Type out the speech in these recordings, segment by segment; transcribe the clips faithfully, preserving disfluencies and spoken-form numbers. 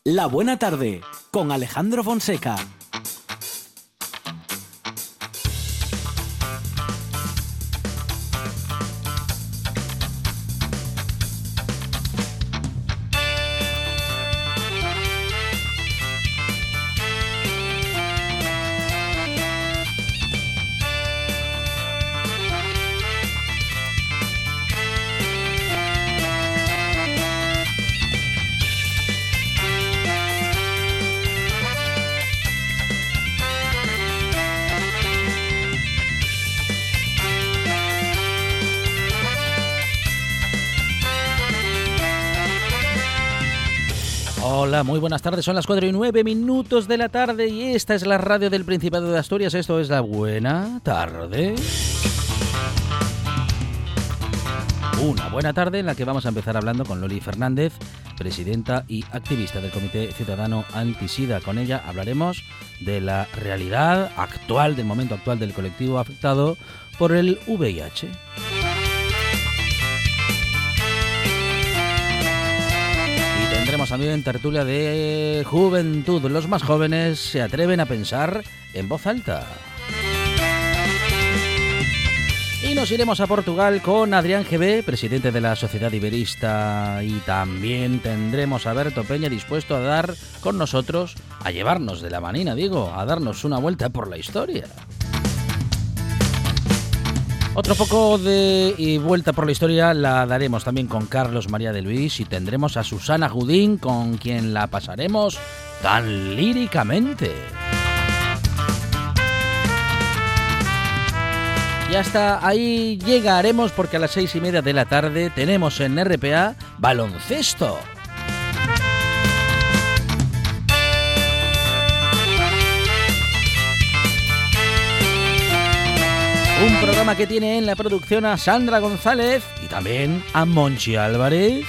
La Buena Tarde, con Alejandro Fonseca. Hola, muy buenas tardes, son las cuatro y nueve minutos de la tarde y esta es la radio del Principado de Asturias, esto es La Buena Tarde. Una buena tarde en la que vamos a empezar hablando con Loli Fernández, presidenta y activista del Comité Ciudadano Antisida. Con ella hablaremos de la realidad actual, del momento actual del colectivo afectado por el V I H. Tendremos también tertulia de juventud. Los más jóvenes se atreven a pensar en voz alta. Y nos iremos a Portugal con Adrián G B, presidente de la Sociedad Iberista. Y también tendremos a Berto Peña dispuesto a dar con nosotros, a llevarnos de la manina, digo, a darnos una vuelta por la historia. Otro poco de y vuelta por la historia la daremos también con Carlos María de Luis y tendremos a Susana Judín, con quien la pasaremos tan líricamente. Y hasta ahí llegaremos porque a las seis y media de la tarde tenemos en R P A baloncesto. Un programa que tiene en la producción a Sandra González y también a Monchi Álvarez.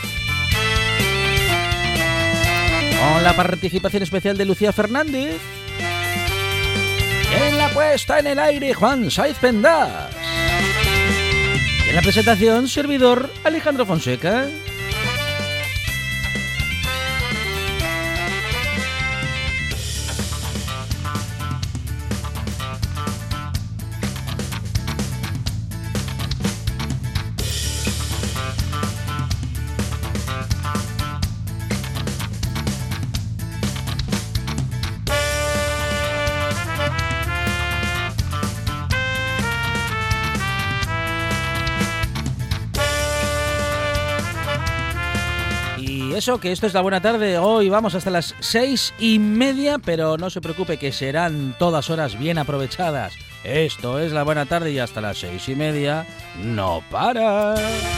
Con la participación especial de Lucía Fernández. En la puesta en el aire, Juan Saiz Pendas. Y en la presentación, servidor Alejandro Fonseca. Eso, que esto es La Buena Tarde. Hoy vamos hasta las seis y media, pero no se preocupe que serán todas horas bien aprovechadas. Esto es La Buena Tarde y hasta las seis y media no para.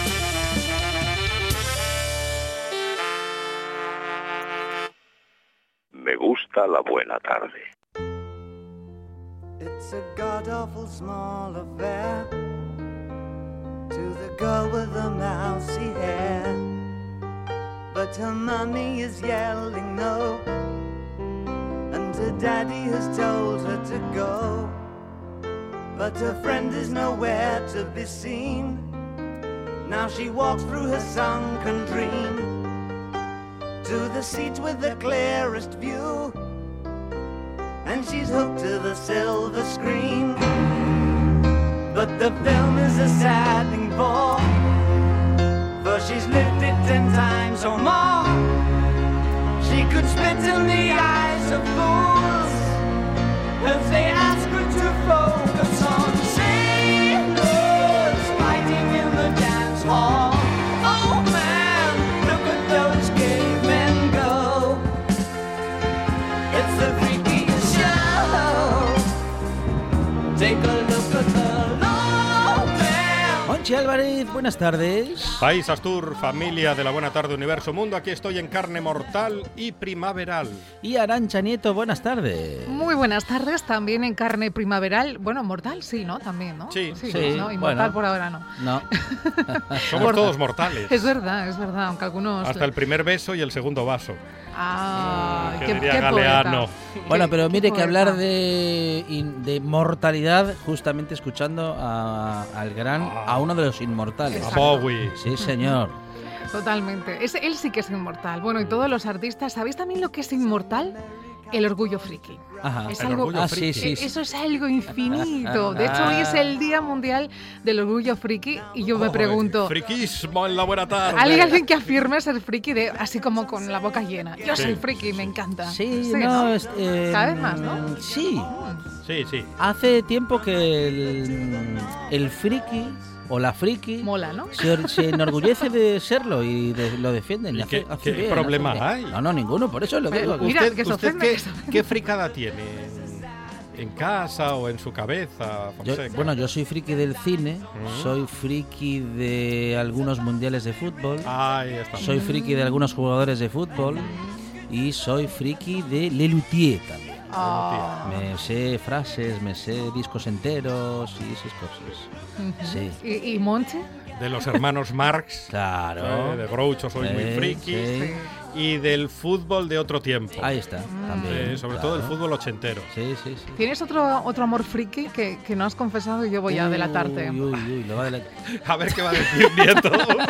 Me gusta La Buena Tarde. It's a god-awful small affair to the girl with the mousy hair. But her mommy is yelling no, and her daddy has told her to go. But her friend is nowhere to be seen. Now she walks through her sunken dream to the seat with the clearest view, and she's hooked to the silver screen. But the film is a sad thing for, for she's lived it ten times or more. She could spit in the eyes of fools if they ask her to focus on sailors fighting in the dance hall. Oh man, look at those cavemen go. It's the freakiest show. Take a look at the Monchi Álvarez, buenas tardes. País Astur, familia de La Buena Tarde, Universo Mundo. Aquí estoy en carne mortal y primaveral. Y Arantxa Nieto, buenas tardes. Muy buenas tardes, también en carne primaveral. Bueno, mortal sí, ¿no? También, ¿no? Sí, sí, sí, ¿no? Y mortal bueno. por ahora no. No. Somos todos mortales. Es verdad, es verdad, aunque algunos... Hasta el primer beso y el segundo vaso. Ah, Que qué, diría qué Galeano. poeta. Bueno, Qué- pero qué mire que poeta. hablar de, in- de mortalidad, justamente escuchando a- al gran, a uno de los inmortales. A Bowie. Sí, señor. Totalmente. Ese, él sí que es inmortal. Bueno, y todos los artistas, ¿sabéis también lo que es inmortal? El orgullo friki. Ajá. Es El algo, orgullo Ah, sí, sí, sí. Eso es algo infinito. De hecho, hoy es el Día Mundial del Orgullo Friki y yo me Joder, pregunto, Friquismo en la buena tarde. ¿hay alguien que afirme ser friki de, así como con la boca llena? Yo Sí, soy friki, sí, me sí. encanta. Sí, Sí, no, ¿no? es, eh, Cada vez más, ¿no? Sí. Sí, sí. Hace tiempo que el, el friki o la friki Mola, ¿no? se, or- se enorgullece de serlo y de- lo defienden. ¿Y hace- qué- hace qué bien, problema hace bien. hay? No, no, ninguno, por eso lo digo. Mira, ¿Usted, que se usted ofende, qué, que se ofende. qué fricada tiene en, en casa o en su cabeza, Yo- Fonseca? bueno, yo soy friki del cine, Mm. soy friki de algunos mundiales de fútbol, Ahí está. soy friki de algunos jugadores de fútbol y soy friki de Lelutier también. Ah. Me sé frases, me sé discos enteros y esas cosas. Sí, ¿Y, y Monche? De los hermanos Marx. claro. eh, de Groucho soy muy Sí, friki. sí. Y del fútbol de otro tiempo. Ahí está, también. Eh, sobre claro. todo el fútbol ochentero. Sí, sí, sí. ¿Tienes otro, otro amor friki que, que no has confesado y yo voy a delatarte? Uy, uy, uy, lo va a delat- A ver qué va a decir Nieto.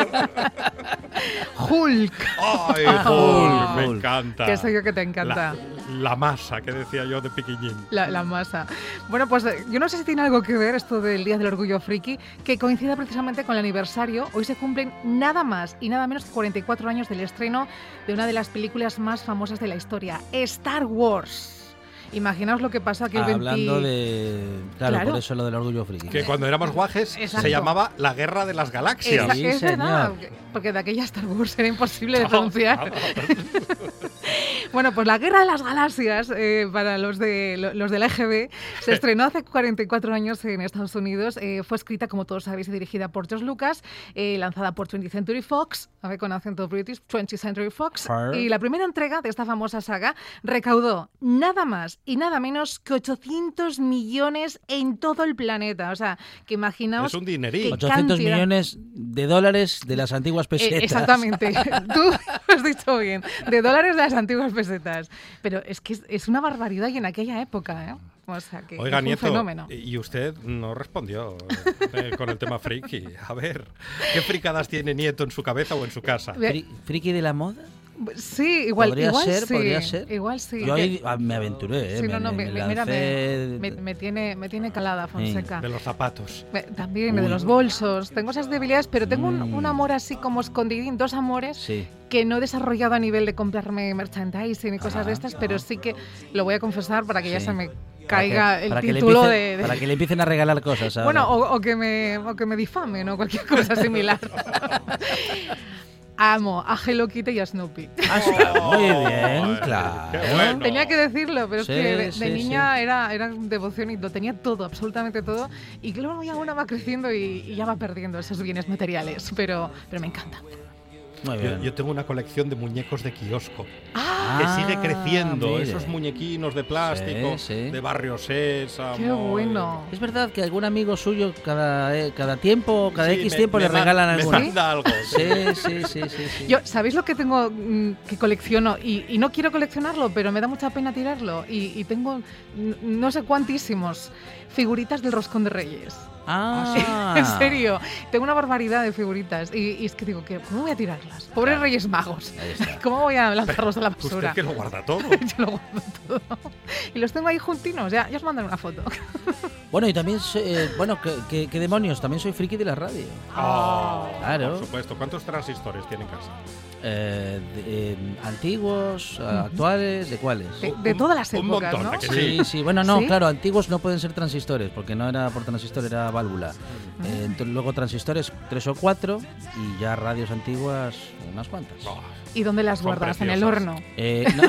Hulk, ¡Ay, Hulk. Hulk! Me Hulk. encanta. que sé yo que te encanta. La, la masa que decía yo de piquiñín. La, la masa. Bueno, pues eh, yo no sé si tiene algo que ver esto del Día del Orgullo Friki, que coincide precisamente con el aniversario. Hoy se cumplen nada más y nada menos que cuarenta y cuatro años del estreno de una de las películas más famosas de la historia, Star Wars. Imaginaos lo que pasó aquí el veinte... Hablando de... Claro, Claro. por eso lo del orgullo friki. Que cuando éramos guajes Exacto. se llamaba la Guerra de las Galaxias. Es, Sí, es verdad, señor. porque de aquella Star Wars era imposible de No, pronunciar. no. Bueno, pues la Guerra de las Galaxias, eh, para los de lo- los del E G B, se estrenó hace cuarenta y cuatro años en Estados Unidos. Eh, fue escrita, como todos sabéis, y dirigida por George Lucas, eh, lanzada por twentieth Century Fox, a ver, con acento british, twentieth Century Fox. Her. Y la primera entrega de esta famosa saga recaudó nada más y nada menos que ochocientos millones en todo el planeta. O sea, que imaginaos... Es un dinerín. qué ochocientos cantidad- millones de dólares de las antiguas Eh, pesetas. exactamente. Tú lo has dicho bien. De dólares de las antiguas pesetas. Pero es que es, es una barbaridad y en aquella época, ¿eh? O sea que Oiga, es un Nieto, fenómeno. y usted no respondió eh, con el tema friki. A ver, ¿qué fricadas tiene Nieto en su cabeza o en su casa? Ve- Fri- ¿Friki de la moda? Sí, igual, podría igual ser, sí. podría ser. Igual sí. Yo Que- ahí ah, me aventuré, ¿eh? sí, me, no, no, me- me, me me- mira, me, lancé- me- me tiene, me tiene calada, Fonseca. De los zapatos. Me- También, Uy. de los bolsos. Tengo esas debilidades, pero tengo un, Mm. un amor así como escondidín, dos amores Sí. que no he desarrollado a nivel de comprarme merchandising y cosas Ah, de estas, pero sí que lo voy a confesar para que ya Sí. se me Para caiga que- el para que le título empiecen- de, de- Para que le empiecen a regalar cosas. ahora. Bueno, o, o que me, o que me difamen o cualquier cosa similar. Amo a Hello Kitty y a Snoopy. Ah, está muy bien, Ay, claro. qué bueno. Tenía que decirlo, pero Sí, es que de, de sí, niña era, era devoción y lo tenía todo, absolutamente todo. Y luego ya una va creciendo y, y ya va perdiendo esos bienes materiales, pero, pero me encanta. Muy Yo, bien. yo tengo una colección de muñecos de kiosco ¡Ah! que sigue creciendo. mire. Esos muñequinos de plástico, Sí, sí. de Barrio Sésamo. ¡Qué bueno! Es verdad que algún amigo suyo cada, eh, cada tiempo, cada Sí, X me- tiempo me le ma- regalan me alguna. manda algo. Sí, sí, sí, sí, sí. Yo, ¿sabéis lo que tengo mm, que colecciono? Y, y no quiero coleccionarlo, pero me da mucha pena tirarlo. Y, y tengo n- no sé cuantísimos figuritas del Roscón de Reyes. Ah, En serio, tengo una barbaridad de figuritas. Y, y es que digo, ¿qué- ¿cómo voy a tirarlas? Pobres Claro. Reyes Magos. Ahí está. ¿Cómo voy a lanzarlos a la Usted basura? que lo guarda todo. Yo lo guardo todo. Y los tengo ahí juntinos. Ya, ya os mandaré una foto. Bueno, y también, soy- eh, bueno, ¿qué, qué, qué demonios? También soy friki de la radio. Oh, Claro. Por supuesto. ¿Cuántos transistores tiene en casa? Eh, de- eh, antiguos, actuales, ¿de cuáles? De, de todas las Un épocas, montón, ¿no? ¿a que Sí, sí, bueno, no, ¿Sí? claro, antiguos no pueden ser transistores, porque no era por transistor, era válvula. Eh, ento- luego transistores tres o cuatro y ya radios antiguas unas cuantas. Oh, ¿Y dónde las Son guardas? En el preciosas. horno. Eh, no.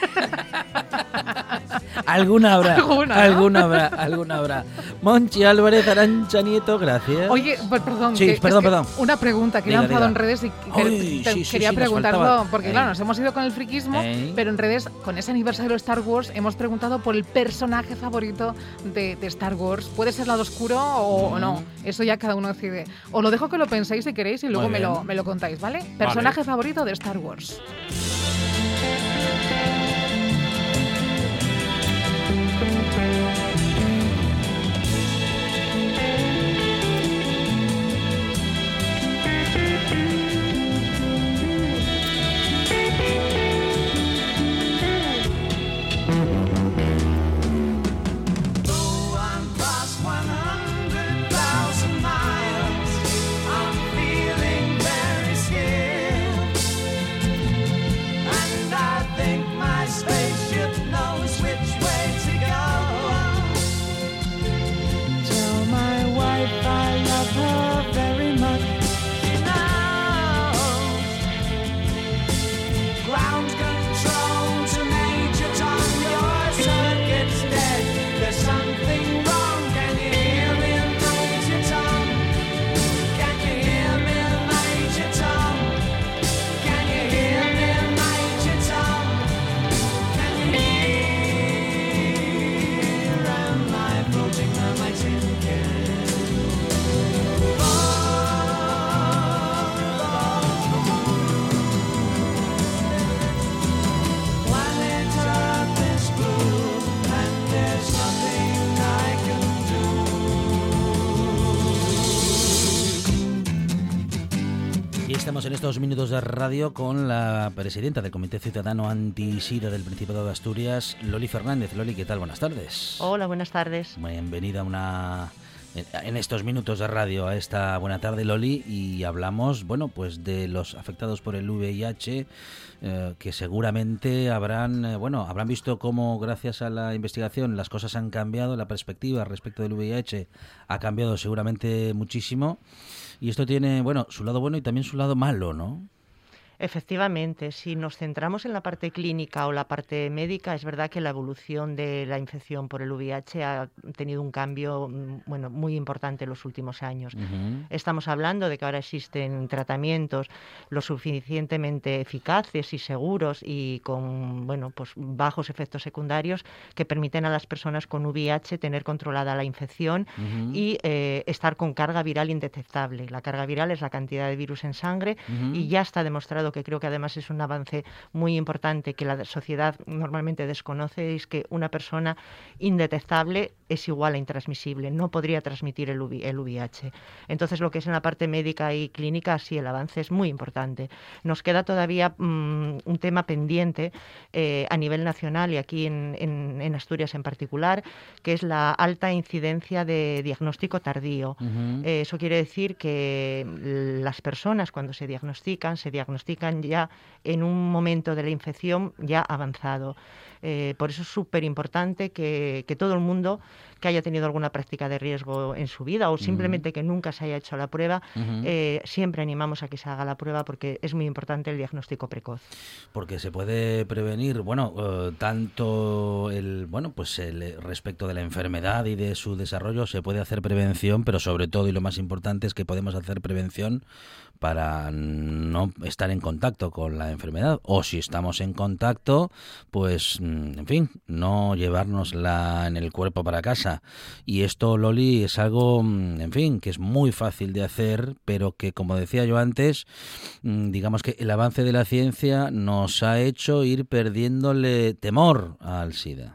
alguna habrá, Alguna, ¿no? alguna habrá, alguna habrá. Monchi Álvarez, Arancha Nieto, gracias. Oye, pues, perdón, Sí, que- es perdón, que perdón. una pregunta que he Diga, lanzado diga. en redes y que Ay, te- sí, sí, quería sí, nos preguntarlo, faltaba. porque Ey. claro, nos hemos ido con el friquismo, Ey. pero en redes, con ese aniversario de Star Wars, hemos preguntado por el personaje favorito de, de Star Wars. Puede ser lado oscuro o, o no, eso ya cada uno decide. Os lo dejo que lo penséis si queréis y luego Muy me lo, bien. me lo contáis, ¿vale? Personaje favorito de Star Wars. Y estamos en estos minutos de radio con la presidenta del Comité Ciudadano Anti-Sida del Principado de Asturias, Loli Fernández. Loli, ¿qué tal? Buenas tardes. Hola, buenas tardes. Bienvenida a una... en estos minutos de radio a esta buena tarde, Loli, y hablamos, bueno, pues de los afectados por el V I H, eh, que seguramente habrán, eh, bueno, habrán visto cómo gracias a la investigación las cosas han cambiado, la perspectiva respecto del V I H ha cambiado seguramente muchísimo, y esto tiene, bueno, su lado bueno y también su lado malo, ¿no? Efectivamente, si nos centramos en la parte clínica o la parte médica, es verdad que la evolución de la infección por el V I H ha tenido un cambio, bueno, muy importante en los últimos años. Uh-huh. Estamos hablando de que ahora existen tratamientos lo suficientemente eficaces y seguros y con, bueno, pues bajos efectos secundarios que permiten a las personas con V I H tener controlada la infección uh-huh. y eh, estar con carga viral indetectable. La carga viral es la cantidad de virus en sangre uh-huh. y ya está demostrado, que creo que además es un avance muy importante que la sociedad normalmente desconoce, es que una persona indetectable es igual a intransmisible, no podría transmitir el V I H. Entonces, lo que es en la parte médica y clínica, sí, el avance es muy importante. Nos queda todavía mmm, un tema pendiente eh, a nivel nacional y aquí en, en, en Asturias en particular, que es la alta incidencia de diagnóstico tardío. Uh-huh. Eh, eso quiere decir que las personas, cuando se diagnostican, se diagnostican ya en un momento de la infección ya avanzado. Eh, por eso es súper importante que, que todo el mundo que haya tenido alguna práctica de riesgo en su vida o simplemente uh-huh. que nunca se haya hecho la prueba, uh-huh. eh, siempre animamos a que se haga la prueba porque es muy importante el diagnóstico precoz. Porque se puede prevenir, bueno, uh, tanto el, bueno, pues el respecto de la enfermedad y de su desarrollo se puede hacer prevención, pero sobre todo y lo más importante es que podemos hacer prevención para no estar en contacto con la enfermedad, o si estamos en contacto, pues, en fin, no llevárnosla en el cuerpo para casa. Y esto, Loli, es algo, en fin, que es muy fácil de hacer, pero que, como decía yo antes, digamos que el avance de la ciencia nos ha hecho ir perdiéndole temor al SIDA.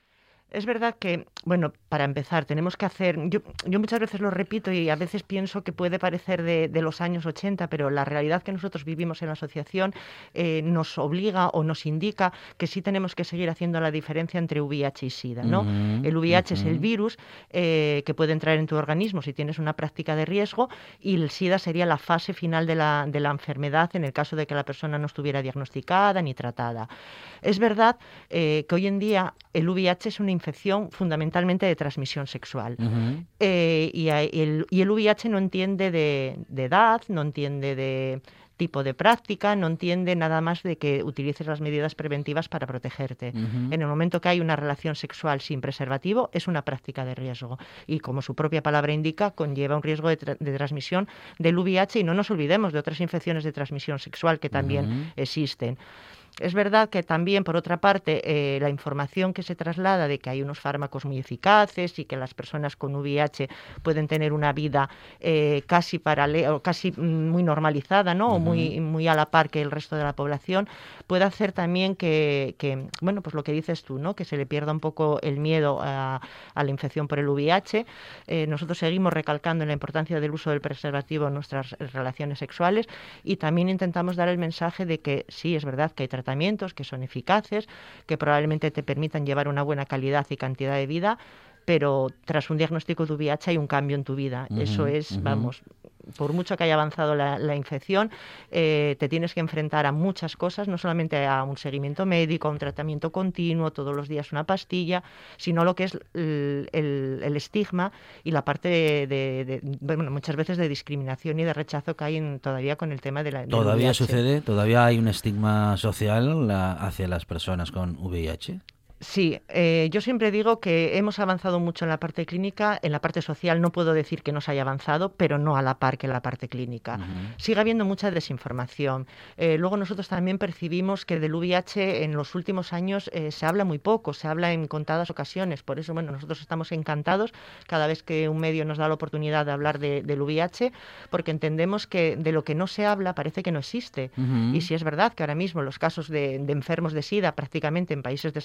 Es verdad que, bueno, para empezar, tenemos que hacer... Yo, yo muchas veces lo repito y a veces pienso que puede parecer de, de los años ochenta, pero la realidad que nosotros vivimos en la asociación eh, nos obliga o nos indica que sí tenemos que seguir haciendo la diferencia entre V I H y SIDA, ¿no? Uh-huh, el V I H uh-huh. es el virus eh, que puede entrar en tu organismo si tienes una práctica de riesgo, y el SIDA sería la fase final de la, de la enfermedad en el caso de que la persona no estuviera diagnosticada ni tratada. Es verdad eh, que hoy en día el V I H es una infección fundamentalmente de transmisión sexual. Uh-huh. eh, y, el, y el V I H no entiende de, de edad, no entiende de tipo de práctica, no entiende nada más de que utilices las medidas preventivas para protegerte. Uh-huh. En el momento que hay una relación sexual sin preservativo, es una práctica de riesgo. Y como su propia palabra indica, conlleva un riesgo de, tra- de transmisión del V I H, y no nos olvidemos de otras infecciones de transmisión sexual que también uh-huh. existen. Es verdad que también, por otra parte, eh, la información que se traslada de que hay unos fármacos muy eficaces y que las personas con V I H pueden tener una vida eh, casi paralela o casi muy normalizada, ¿no? Uh-huh. O muy, muy a la par que el resto de la población, puede hacer también que, que, bueno, pues lo que dices tú, ¿no? Que se le pierda un poco el miedo a, a la infección por el V I H. Eh, nosotros seguimos recalcando la importancia del uso del preservativo en nuestras relaciones sexuales y también intentamos dar el mensaje de que sí, es verdad que hay tratamientos tratamientos que son eficaces, que probablemente te permitan llevar una buena calidad y cantidad de vida, pero tras un diagnóstico de V I H hay un cambio en tu vida. Uh-huh, Eso es, uh-huh. vamos, por mucho que haya avanzado la, la infección, eh, te tienes que enfrentar a muchas cosas, no solamente a un seguimiento médico, a un tratamiento continuo, todos los días una pastilla, sino lo que es el, el, el estigma y la parte de, de, de, bueno, muchas veces de discriminación y de rechazo que hay en, todavía con el tema de la ¿Todavía V I H. sucede? ¿Todavía hay un estigma social la, hacia las personas con V I H? Sí, eh, yo siempre digo que hemos avanzado mucho en la parte clínica, en la parte social no puedo decir que no se haya avanzado, pero no a la par que en la parte clínica. Uh-huh. Sigue habiendo mucha desinformación. Eh, luego nosotros también percibimos que del V I H en los últimos años eh, se habla muy poco, se habla en contadas ocasiones. Por eso, bueno, nosotros estamos encantados cada vez que un medio nos da la oportunidad de hablar de, del V I H, porque entendemos que de lo que no se habla parece que no existe. Uh-huh. Y si es verdad que ahora mismo los casos de, de enfermos de SIDA prácticamente en países desarrollados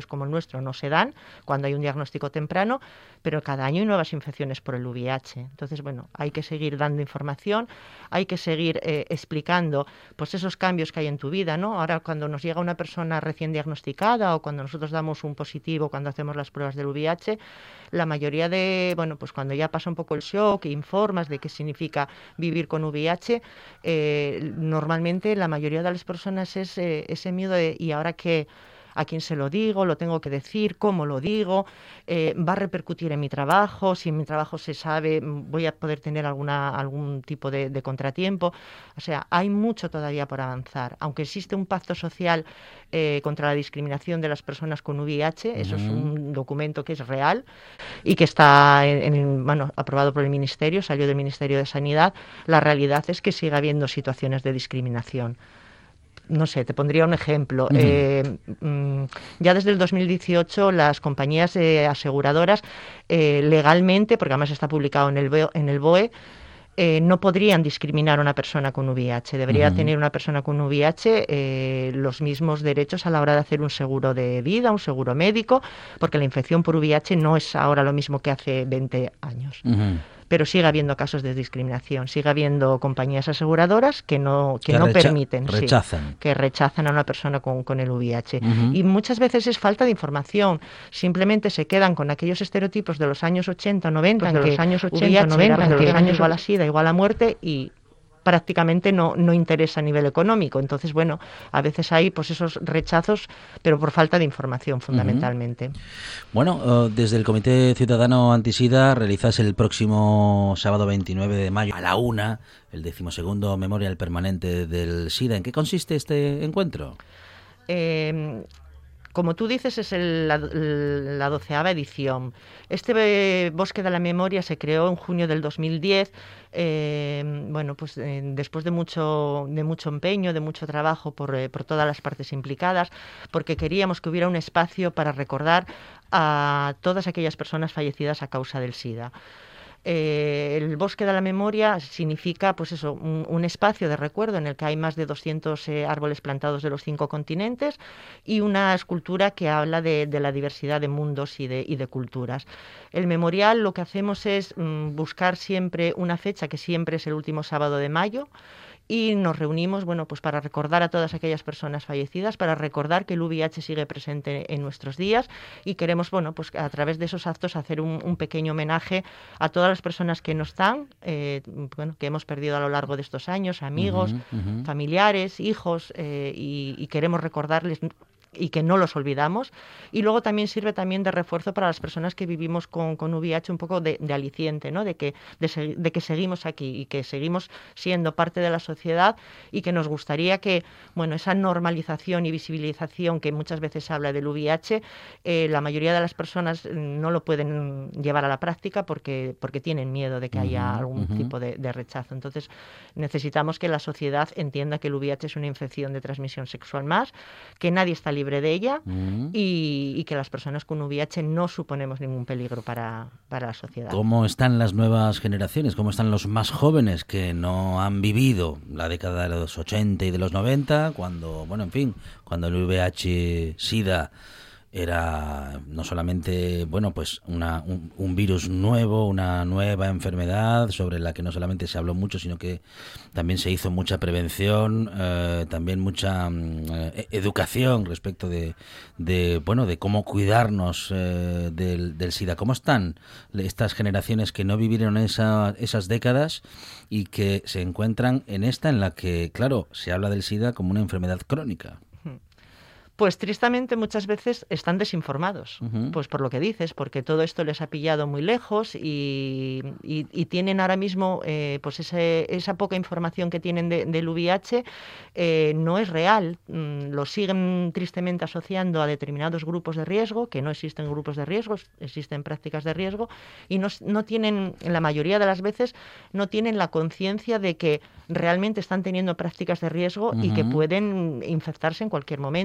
como el nuestro no se dan cuando hay un diagnóstico temprano, pero cada año hay nuevas infecciones por el V I H. Entonces, bueno, hay que seguir dando información, hay que seguir eh, explicando pues esos cambios que hay en tu vida, ¿no? Ahora, cuando nos llega una persona recién diagnosticada o cuando nosotros damos un positivo, cuando hacemos las pruebas del V I H, la mayoría de, bueno, pues cuando ya pasa un poco el shock, informas de qué significa vivir con V I H, eh, normalmente la mayoría de las personas es eh, ese miedo de ¿y ahora qué? ¿A quién se lo digo? ¿Lo tengo que decir? ¿Cómo lo digo? Eh, ¿Va a repercutir en mi trabajo? Si en mi trabajo se sabe, ¿voy a poder tener alguna, algún tipo de, de contratiempo? O sea, hay mucho todavía por avanzar. Aunque existe un pacto social eh, contra la discriminación de las personas con V I H, uh-huh. Eso es un documento que es real y que está en, en, bueno, aprobado por el Ministerio, salió del Ministerio de Sanidad. La realidad es que sigue habiendo situaciones de discriminación. No sé, te pondría un ejemplo. Uh-huh. Eh, mm, ya desde el dos mil dieciocho las compañías eh, aseguradoras eh, legalmente, porque además está publicado en el B O E, en el B O E eh, no podrían discriminar a una persona con V I H. Debería uh-huh. tener una persona con V I H eh, los mismos derechos a la hora de hacer un seguro de vida, un seguro médico, porque la infección por V I H no es ahora lo mismo que hace veinte años. Uh-huh. Pero sigue habiendo casos de discriminación, sigue habiendo compañías aseguradoras que no que, que no recha- permiten, rechazan. Sí, que rechazan a una persona con, con el V I H. Uh-huh. Y muchas veces es falta de información, simplemente se quedan con aquellos estereotipos de los años ochenta, noventa, pues de que los años ochenta, noventa, de los años igual a SIDA, igual a muerte, y prácticamente no, no interesa a nivel económico. Entonces, bueno, a veces hay pues esos rechazos, pero por falta de información fundamentalmente. Uh-huh. Bueno, uh, desde el Comité Ciudadano Antisida realizas el próximo sábado veintinueve de mayo a la una el decimosegundo Memorial Permanente del SIDA. ¿En qué consiste este encuentro? Eh... Como tú dices, es el, la, la doceava edición. Este eh, Bosque de la Memoria se creó en junio del dos mil diez, eh, bueno, pues eh, después de mucho, de mucho empeño, de mucho trabajo por, eh, por todas las partes implicadas, porque queríamos que hubiera un espacio para recordar a todas aquellas personas fallecidas a causa del SIDA. Eh, el Bosque de la Memoria significa, pues eso, un, un espacio de recuerdo en el que hay más de doscientos eh, árboles plantados de los cinco continentes y una escultura que habla de, de la diversidad de mundos y de, y de culturas. El memorial lo que hacemos es mm, buscar siempre una fecha que siempre es el último sábado de mayo. Y nos reunimos, bueno, pues para recordar a todas aquellas personas fallecidas, para recordar que el V I H sigue presente en nuestros días y queremos, bueno, pues a través de esos actos hacer un, un pequeño homenaje a todas las personas que no están, eh, bueno, que hemos perdido a lo largo de estos años, amigos, uh-huh, uh-huh. familiares, hijos, eh, y, y queremos recordarles y que no los olvidamos. Y luego también sirve también de refuerzo para las personas que vivimos con, con V I H, un poco de, de aliciente, ¿no? De que, de, de que seguimos aquí y que seguimos siendo parte de la sociedad y que nos gustaría que, bueno, esa normalización y visibilización que muchas veces se habla del V I H, eh, la mayoría de las personas no lo pueden llevar a la práctica porque, porque tienen miedo de que haya uh-huh, algún uh-huh. tipo de, de rechazo. Entonces necesitamos que la sociedad entienda que el V I H es una infección de transmisión sexual más, que nadie está libre de ella uh-huh. y, y que las personas con V I H no suponemos ningún peligro para, para la sociedad. ¿Cómo están las nuevas generaciones? ¿Cómo están los más jóvenes que no han vivido la década de los ochenta y de los noventa, cuando, bueno, en fin, cuando el V I H SIDA era no solamente, bueno, pues una, un, un virus nuevo, una nueva enfermedad sobre la que no solamente se habló mucho, sino que también se hizo mucha prevención, eh, también mucha eh, educación respecto de, de, bueno, de cómo cuidarnos eh, del, del SIDA. ¿Cómo están estas generaciones que no vivieron esa, esas décadas y que se encuentran en esta en la que, claro, se habla del SIDA como una enfermedad crónica? Pues tristemente muchas veces están desinformados, uh-huh. pues por lo que dices, porque todo esto les ha pillado muy lejos y, y, y tienen ahora mismo eh, pues ese, esa poca información que tienen de, del V I H eh, no es real, mm, lo siguen tristemente asociando a determinados grupos de riesgo, que no existen grupos de riesgo, existen prácticas de riesgo y no, no tienen, en la mayoría de las veces, no tienen la conciencia de que realmente están teniendo prácticas de riesgo uh-huh. y que pueden infectarse en cualquier momento.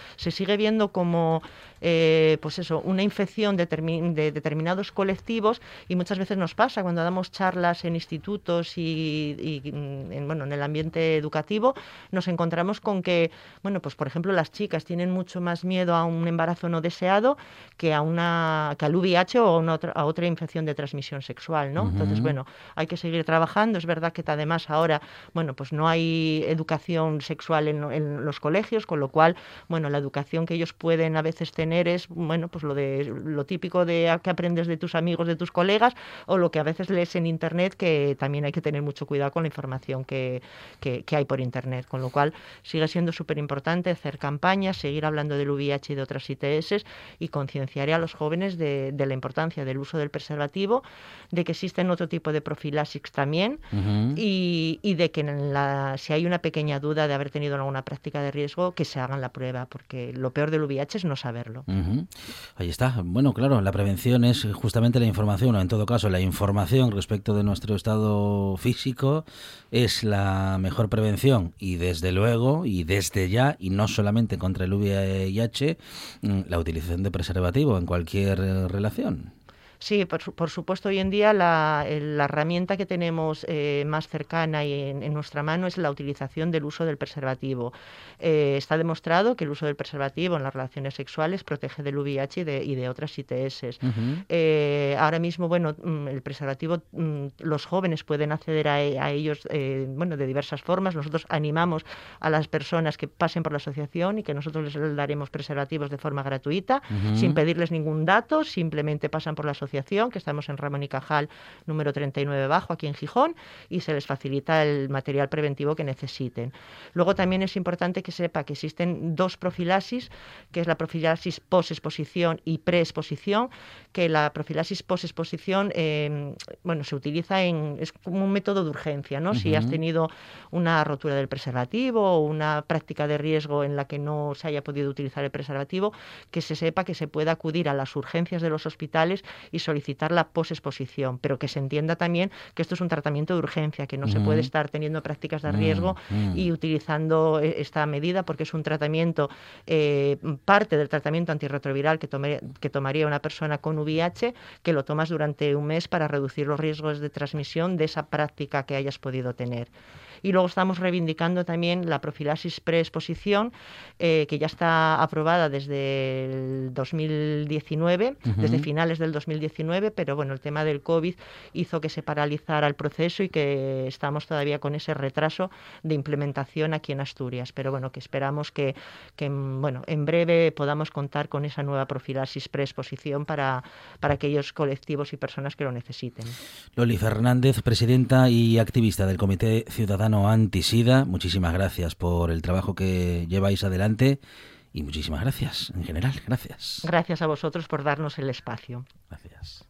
se sigue viendo como eh, pues eso, una infección de, termi- de determinados colectivos, y muchas veces nos pasa cuando damos charlas en institutos y, y en, bueno, en el ambiente educativo, nos encontramos con que, bueno, pues por ejemplo las chicas tienen mucho más miedo a un embarazo no deseado que a una que al V I H o a, una otra, a otra infección de transmisión sexual, ¿no? Uh-huh. Entonces, bueno, hay que seguir trabajando. Es verdad que además ahora, bueno, pues no hay educación sexual en, en los colegios, con lo cual, bueno, la educación que ellos pueden a veces tener es, bueno, pues lo de lo típico de que aprendes de tus amigos, de tus colegas, o lo que a veces lees en internet, que también hay que tener mucho cuidado con la información que, que, que hay por internet, con lo cual sigue siendo súper importante hacer campañas, seguir hablando del V I H y de otras I T S y concienciar a los jóvenes de, de la importancia del uso del preservativo, de que existen otro tipo de profilaxis también, uh-huh. y, y de que en la, si hay una pequeña duda de haber tenido alguna práctica de riesgo, que se hagan la prueba, porque lo peor del V I H es no saberlo. Uh-huh. Ahí está. Bueno, claro, la prevención es justamente la información, o en todo caso la información respecto de nuestro estado físico es la mejor prevención, y desde luego, y desde ya, y no solamente contra el V I H, la utilización de preservativo en cualquier relación. Sí, por, por supuesto, hoy en día la, la herramienta que tenemos eh, más cercana y en, en nuestra mano es la utilización del uso del preservativo. Eh, está demostrado que el uso del preservativo en las relaciones sexuales protege del V I H y de, y de otras I T S. Uh-huh. Eh, ahora mismo, bueno, el preservativo, los jóvenes pueden acceder a, a ellos eh, bueno, de diversas formas. Nosotros animamos a las personas que pasen por la asociación y que nosotros les daremos preservativos de forma gratuita, uh-huh. sin pedirles ningún dato, simplemente pasan por la asociación, que estamos en Ramón y Cajal número treinta y nueve bajo, aquí en Gijón, y se les facilita el material preventivo que necesiten. Luego también es importante que sepa que existen dos profilaxis, que es la profilaxis posexposición y preexposición, que la profilaxis posexposición eh, bueno, se utiliza en, es como un método de urgencia, ¿no? Uh-huh. Si has tenido una rotura del preservativo o una práctica de riesgo en la que no se haya podido utilizar el preservativo, que se sepa que se puede acudir a las urgencias de los hospitales y solicitar la posexposición, pero que se entienda también que esto es un tratamiento de urgencia, que no uh-huh. se puede estar teniendo prácticas de riesgo uh-huh. y utilizando esta medida, porque es un tratamiento, eh, parte del tratamiento antirretroviral que, tome, que tomaría una persona con V I H, que lo tomas durante un mes para reducir los riesgos de transmisión de esa práctica que hayas podido tener. Y luego estamos reivindicando también la profilaxis preexposición, eh, que ya está aprobada desde el dos mil diecinueve, uh-huh. desde finales del dos mil diecinueve, pero bueno, el tema del COVID hizo que se paralizara el proceso y que estamos todavía con ese retraso de implementación aquí en Asturias. Pero bueno, que esperamos que, que bueno, en breve podamos contar con esa nueva profilaxis preexposición para, para aquellos colectivos y personas que lo necesiten. Loli Fernández, presidenta y activista del Comité Ciudadano Antisida, muchísimas gracias por el trabajo que lleváis adelante y muchísimas gracias en general. Gracias. Gracias a vosotros por darnos el espacio. Gracias.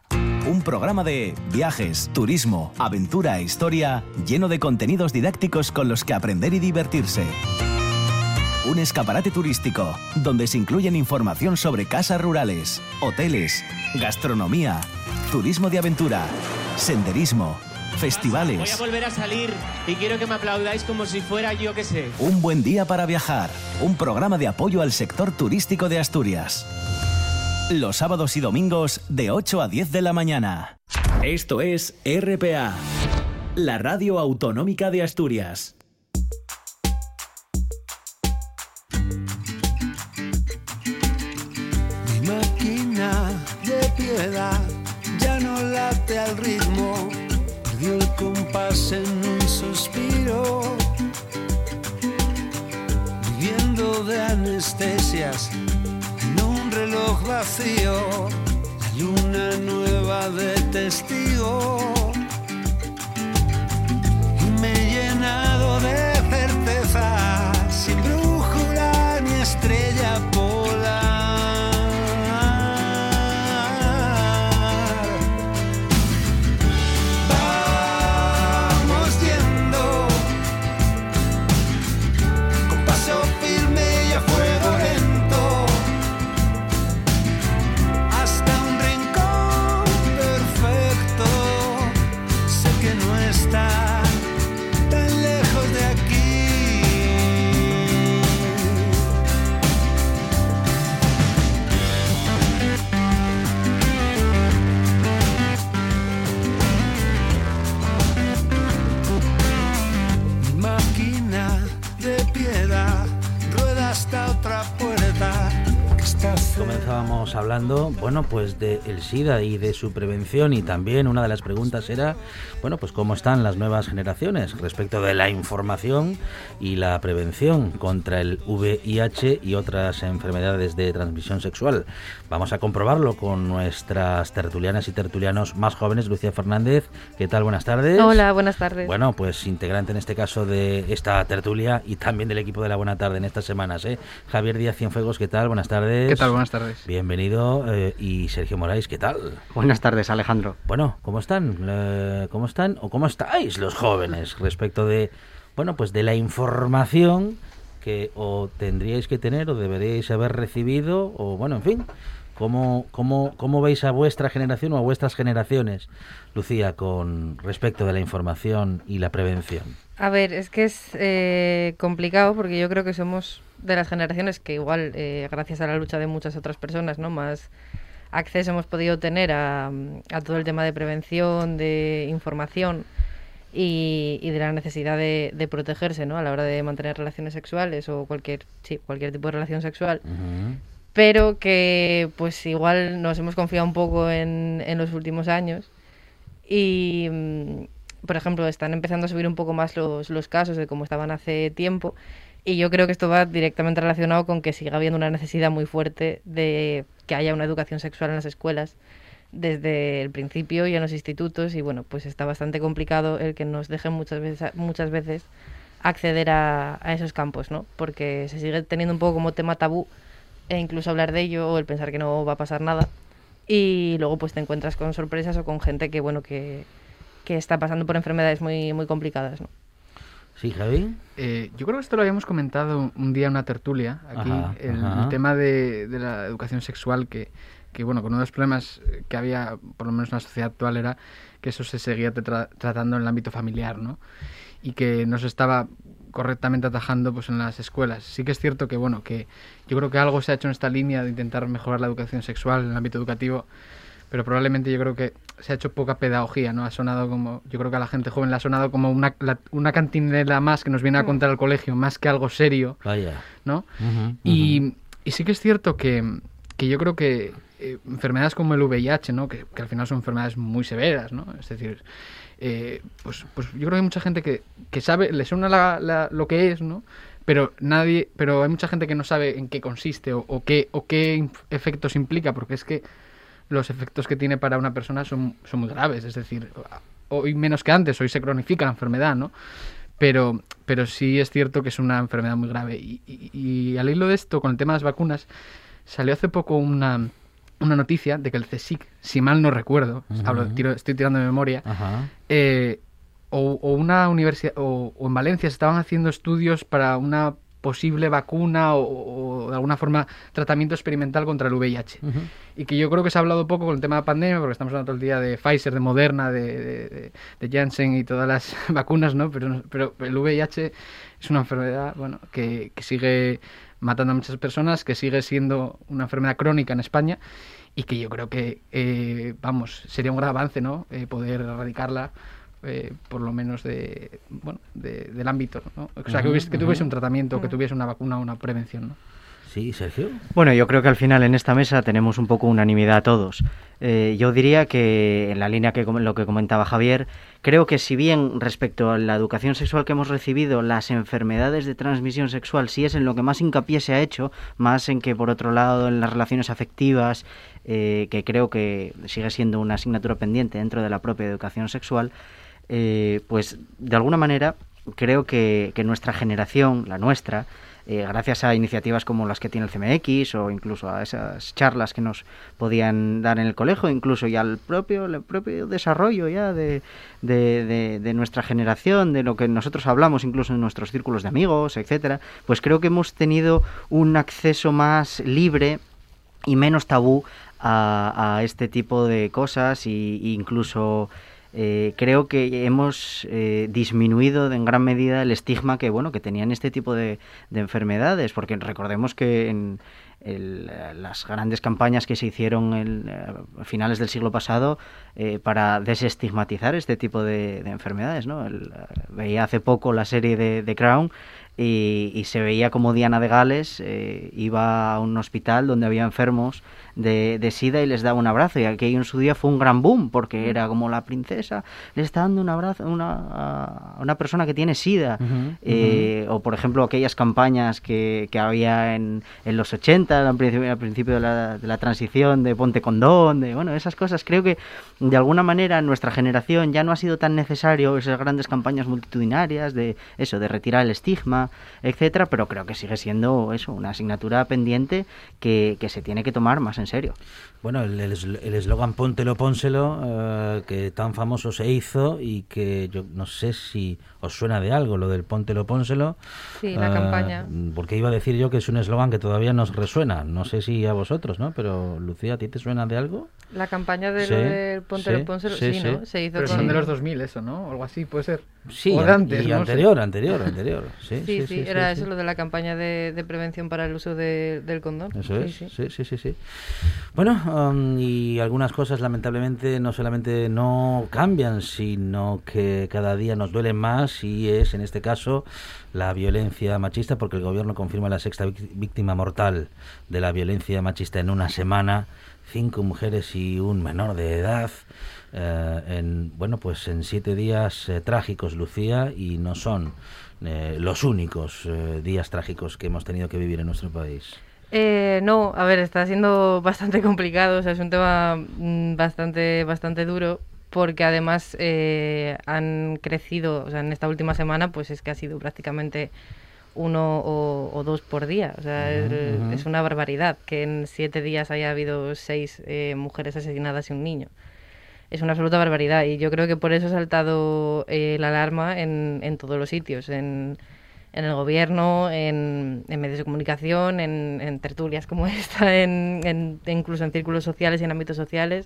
Un programa de viajes, turismo, aventura e historia lleno de contenidos didácticos con los que aprender y divertirse. Un escaparate turístico donde se incluyen información sobre casas rurales, hoteles, gastronomía, turismo de aventura, senderismo, festivales. Voy a volver a salir y quiero que me aplaudáis como si fuera yo que sé. Un buen día para viajar. Un programa de apoyo al sector turístico de Asturias. Los sábados y domingos de ocho a diez de la mañana. Esto es R P A, la radio autonómica de Asturias. Mi máquina de piedad ya no late al ritmo. Perdió el compás en un suspiro, viviendo de anestesias en un reloj vacío, la luna nueva de testigo, y me he llenado de certeza, sin brújula ni estrella polar. Tan lejos de aquí. comenzábamos hablando, bueno, pues de el SIDA y de su prevención, y también una de las preguntas era, bueno, pues cómo están las nuevas generaciones respecto de la información y la prevención contra el V I H y otras enfermedades de transmisión sexual. Vamos a comprobarlo con nuestras tertulianas y tertulianos más jóvenes. Lucía Fernández, ¿qué tal? Buenas tardes. Hola, buenas tardes. Bueno, pues integrante en este caso de esta tertulia y también del equipo de La Buena Tarde en estas semanas, ¿eh? Javier Díaz Cienfuegos, ¿qué tal? Buenas tardes. ¿Qué tal? Buenas tardes. Bienvenido. Eh, y Sergio Moraes, ¿qué tal? Buenas tardes, Alejandro. Bueno, ¿cómo están? Eh, ¿Cómo están o cómo estáis los jóvenes respecto de, bueno, pues de la información que o tendríais que tener o deberíais haber recibido, o bueno, en fin, ¿cómo, cómo, cómo veis a vuestra generación o a vuestras generaciones, Lucía, con respecto de la información y la prevención? A ver, es que es eh, complicado porque yo creo que somos de las generaciones que igual, eh, gracias a la lucha de muchas otras personas, ¿no?, más acceso hemos podido tener a, a todo el tema de prevención, de información y, y de la necesidad de, de protegerse, ¿no?, a la hora de mantener relaciones sexuales o cualquier, sí, cualquier tipo de relación sexual. Uh-huh. Pero que pues igual nos hemos confiado un poco en, en los últimos años y, por ejemplo, están empezando a subir un poco más los, los casos de como estaban hace tiempo, y yo creo que esto va directamente relacionado con que siga habiendo una necesidad muy fuerte de que haya una educación sexual en las escuelas desde el principio y en los institutos, y bueno, pues está bastante complicado el que nos dejen muchas veces, muchas veces acceder a, a esos campos, ¿no?, porque se sigue teniendo un poco como tema tabú e incluso hablar de ello o el pensar que no va a pasar nada, y luego pues te encuentras con sorpresas o con gente que bueno que, que está pasando por enfermedades muy muy complicadas, ¿no? Sí, Javi. Eh, yo creo que esto lo habíamos comentado un día en una tertulia aquí, Ajá, el, ajá. el tema de, de la educación sexual, que, que bueno, con uno de los problemas que había, por lo menos en la sociedad actual, era que eso se seguía tra- tratando en el ámbito familiar, ¿no? Y que no se estaba correctamente atajando pues en las escuelas. Sí que es cierto que bueno, que yo creo que algo se ha hecho en esta línea de intentar mejorar la educación sexual en el ámbito educativo, pero probablemente yo creo que se ha hecho poca pedagogía, ¿no? Ha sonado como, yo creo que a la gente joven le ha sonado como una, la, una cantinela más que nos viene a contar al colegio, más que algo serio. Vaya. ¿No? Uh-huh, uh-huh. Y, y sí que es cierto que, que yo creo que eh, enfermedades como el V I H, ¿no?, que, que al final son enfermedades muy severas, ¿no? Es decir, eh, pues, pues yo creo que hay mucha gente que, que sabe, le suena la, la, lo que es, ¿no?, pero nadie, pero hay mucha gente que no sabe en qué consiste o, o qué, o qué inf- efectos implica, porque es que los efectos que tiene para una persona son, son muy graves. Es decir, hoy menos que antes, hoy se cronifica la enfermedad, ¿no? Pero, pero sí es cierto que es una enfermedad muy grave. Y, y, y al hilo de esto, con el tema de las vacunas, salió hace poco una, una noticia de que el CSIC, si mal no recuerdo, uh-huh. hablo, tiro, estoy tirando de memoria, uh-huh. eh, o, o una universidad, o, o en Valencia se estaban haciendo estudios para una posible vacuna o, o de alguna forma tratamiento experimental contra el V I H. Uh-huh. Y que yo creo que se ha hablado poco con el tema de la pandemia, porque estamos hablando todo el día de Pfizer, de Moderna, de, de, de Janssen y todas las vacunas, ¿no? Pero, pero el V I H es una enfermedad, bueno, que, que sigue matando a muchas personas, que sigue siendo una enfermedad crónica en España y que yo creo que, eh, vamos, sería un gran avance, ¿no? Eh, poder erradicarla. Eh, por lo menos de bueno de, del ámbito, ¿no? O sea, uh-huh, que, hubiese, que tuviese uh-huh. un tratamiento, uh-huh. que tuviese una vacuna, una prevención, ¿no? Sí, Sergio. Bueno, yo creo que al final en esta mesa tenemos un poco unanimidad todos. Eh, yo diría que en la línea que lo que comentaba Javier, creo que si bien respecto a la educación sexual que hemos recibido, las enfermedades de transmisión sexual sí es en lo que más hincapié se ha hecho, más en que por otro lado en las relaciones afectivas, eh, que creo que sigue siendo una asignatura pendiente dentro de la propia educación sexual, Eh, pues de alguna manera creo que, que nuestra generación, la nuestra, eh, gracias a iniciativas como las que tiene el C M X o incluso a esas charlas que nos podían dar en el colegio, incluso y al propio, el propio desarrollo ya de, de, de, de nuestra generación, de lo que nosotros hablamos incluso en nuestros círculos de amigos, etcétera, pues creo que hemos tenido un acceso más libre y menos tabú a, a este tipo de cosas y, y incluso Eh, creo que hemos eh, disminuido en gran medida el estigma que bueno que tenían este tipo de, de enfermedades, porque recordemos que en el, las grandes campañas que se hicieron en, a finales del siglo pasado eh, para desestigmatizar este tipo de, de enfermedades, ¿no? El, veía hace poco la serie de, de Crown y, y se veía como Diana de Gales eh, iba a un hospital donde había enfermos de, de SIDA y les daba un abrazo, y aquello en su día fue un gran boom porque era como la princesa le está dando un abrazo a una, a una persona que tiene SIDA. Uh-huh, eh, uh-huh. O por ejemplo aquellas campañas que, que había en, en los ochenta al principio, al principio de, la, de la transición de ponte condón, de bueno, esas cosas. Creo que de alguna manera en nuestra generación ya no ha sido tan necesario esas grandes campañas multitudinarias de eso, de retirar el estigma, etcétera, pero creo que sigue siendo eso, una asignatura pendiente que, que se tiene que tomar más en serio. Bueno, el eslogan póntelo, pónselo, eh, que tan famoso se hizo y que yo no sé si os suena de algo, lo del póntelo, pónselo. Sí, la eh, campaña. Porque iba a decir yo que es un eslogan que todavía nos resuena, no sé si a vosotros, ¿no? Pero Lucía, ¿a ti te suena de algo? La campaña de sí, lo del póntelo, sí, pónselo, sí, sí, sí, ¿no? Se hizo Pero con... son de los dos mil eso, ¿no? O algo así, puede ser. Sí, o de antes, y no anterior, sé. anterior, anterior. Sí, sí, sí, sí, sí, era sí, eso sí. lo de la campaña de, de prevención para el uso de, del condón. Eso sí, es, sí, sí, sí, sí, sí. Bueno, um, y algunas cosas lamentablemente no solamente no cambian, sino que cada día nos duelen más, y es en este caso la violencia machista, porque el gobierno confirma la sexta víctima mortal de la violencia machista en una semana, cinco mujeres y un menor de edad. Eh, en bueno pues en siete días eh, trágicos, Lucía, y no son eh, los únicos eh, días trágicos que hemos tenido que vivir en nuestro país. Eh, no, a ver, está siendo bastante complicado, o sea, es un tema mm, bastante, bastante duro, porque además eh, han crecido, o sea, en esta última semana, pues es que ha sido prácticamente uno o, o dos por día, o sea, uh-huh, es, uh-huh. es una barbaridad que en siete días haya habido seis eh, mujeres asesinadas y un niño. Es una absoluta barbaridad, y yo creo que por eso ha saltado eh, la alarma en, en todos los sitios, en, en el gobierno, en, en medios de comunicación, en, en tertulias como esta, en, en, incluso en círculos sociales y en ámbitos sociales.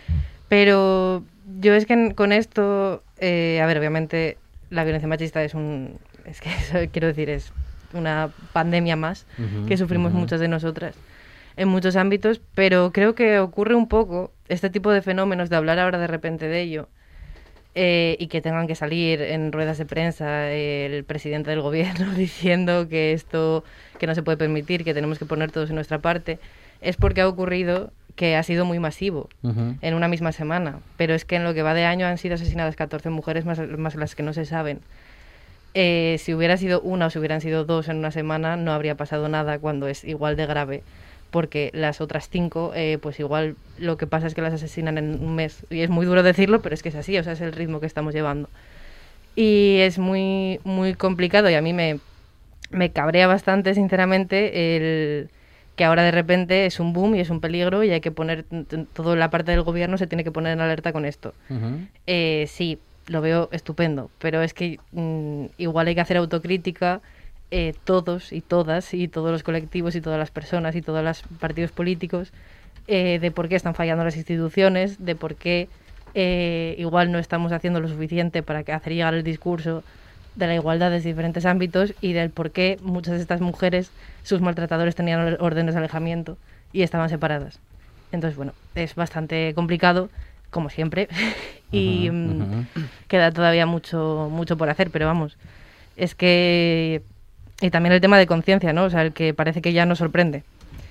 Pero yo es que en, con esto, eh, a ver, obviamente la violencia machista es un, es que eso, quiero decir, es una pandemia más uh-huh, que sufrimos uh-huh. muchas de nosotras en muchos ámbitos, pero creo que ocurre un poco este tipo de fenómenos de hablar ahora de repente de ello eh, y que tengan que salir en ruedas de prensa eh, el presidente del gobierno diciendo que esto que no se puede permitir, que tenemos que poner todos en nuestra parte, es porque ha ocurrido que ha sido muy masivo uh-huh. en una misma semana, pero es que en lo que va de año han sido asesinadas catorce mujeres más, más las que no se saben. Eh, si hubiera sido una o si hubieran sido dos en una semana no habría pasado nada, cuando es igual de grave, porque las otras cinco, eh, pues igual lo que pasa es que las asesinan en un mes. Y es muy duro decirlo, pero es que es así, o sea, es el ritmo que estamos llevando. Y es muy muy complicado, y a mí me, me cabrea bastante, sinceramente, el que ahora de repente es un boom y es un peligro y hay que poner, toda la parte del gobierno se tiene que poner en alerta con esto. Uh-huh. Eh, sí, lo veo estupendo, pero es que mmm, igual hay que hacer autocrítica, Eh, todos y todas y todos los colectivos y todas las personas y todos los partidos políticos eh, de por qué están fallando las instituciones, de por qué eh, igual no estamos haciendo lo suficiente para que hacer llegar el discurso de la igualdad desde diferentes ámbitos, y del por qué muchas de estas mujeres, sus maltratadores tenían órdenes de alejamiento y estaban separadas. Entonces, bueno, es bastante complicado, como siempre, y uh-huh, uh-huh. queda todavía mucho, mucho por hacer, pero vamos, es que... Y también el tema de conciencia, ¿no? O sea, el que parece que ya nos sorprende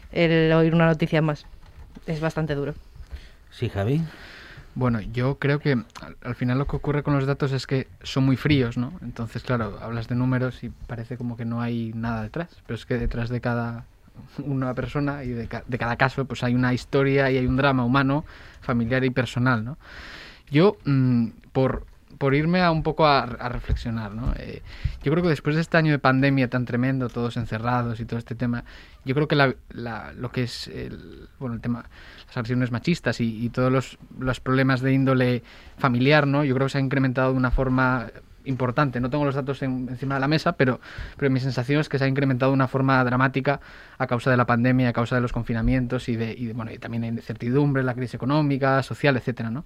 el oír una noticia más. Es bastante duro. Sí, Javi. Bueno, yo creo que al, al final lo que ocurre con los datos es que son muy fríos, ¿no? Entonces, claro, hablas de números y parece como que no hay nada detrás. Pero es que detrás de cada una persona y de, ca- de cada caso, pues hay una historia y hay un drama humano, familiar y personal, ¿no? Yo, mmm, por... por irme a un poco a, a reflexionar, ¿no? Eh, yo creo que después de este año de pandemia tan tremendo, todos encerrados y todo este tema, yo creo que la, la, lo que es el, bueno, el tema, las agresiones machistas y, y todos los, los problemas de índole familiar, ¿no? Yo creo que se ha incrementado de una forma importante. No tengo los datos en, encima de la mesa, pero, pero mi sensación es que se ha incrementado de una forma dramática a causa de la pandemia, a causa de los confinamientos y de, y de bueno, y también hay incertidumbre, la crisis económica, social, etcétera, ¿no?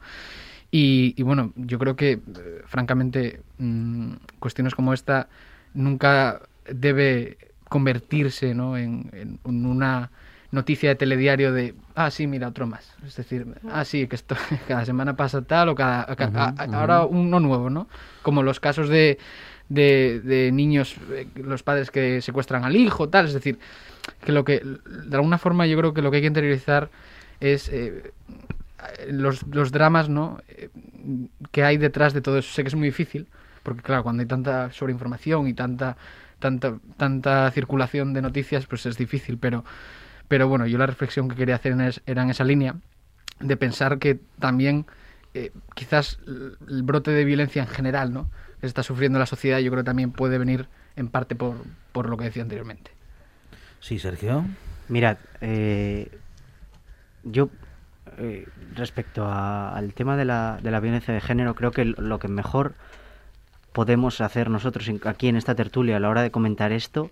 Y, y bueno, yo creo que, eh, francamente, mmm, cuestiones como esta nunca debe convertirse, ¿no?, en, en, en una noticia de telediario de, ah, sí, mira, otro más. Es decir, ah, sí, que esto cada semana pasa tal o cada... cada uh-huh, a, a, uh-huh. Ahora uno nuevo, ¿no? Como los casos de, de, de niños, eh, los padres que secuestran al hijo, tal. Es decir, que lo que, de alguna forma, yo creo que lo que hay que interiorizar es eh, los, los dramas, ¿no?, eh, que hay detrás de todo eso. Sé que es muy difícil, porque claro, cuando hay tanta sobreinformación y tanta tanta tanta circulación de noticias, pues es difícil, pero pero bueno, yo la reflexión que quería hacer en es, era en esa línea de pensar que también eh, quizás el brote de violencia en general, ¿no?, que está sufriendo la sociedad, yo creo que también puede venir en parte por, por lo que decía anteriormente. Sí, Sergio. Mirad, eh, yo eh, respecto a, al tema de la, de la violencia de género, creo que lo que mejor podemos hacer nosotros aquí en esta tertulia a la hora de comentar esto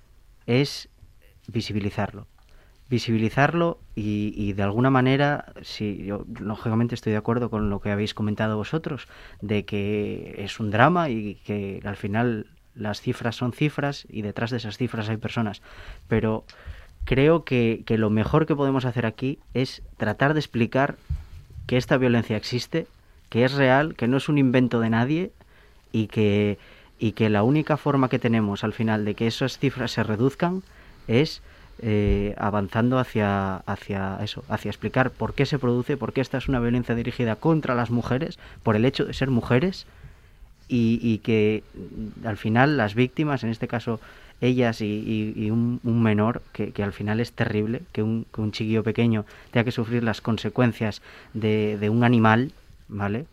es visibilizarlo. Visibilizarlo y, y de alguna manera, sí, yo lógicamente estoy de acuerdo con lo que habéis comentado vosotros, de que es un drama y que al final las cifras son cifras y detrás de esas cifras hay personas, pero creo que, que lo mejor que podemos hacer aquí es tratar de explicar que esta violencia existe, que es real, que no es un invento de nadie y que, y que la única forma que tenemos al final de que esas cifras se reduzcan es eh, avanzando hacia, hacia eso, hacia explicar por qué se produce, por qué esta es una violencia dirigida contra las mujeres, por el hecho de ser mujeres, y, y que al final las víctimas, en este caso ellas y, y, y un, un menor, que, que al final es terrible, que un, que un chiquillo pequeño tenga que sufrir las consecuencias de, de un animal, ¿vale?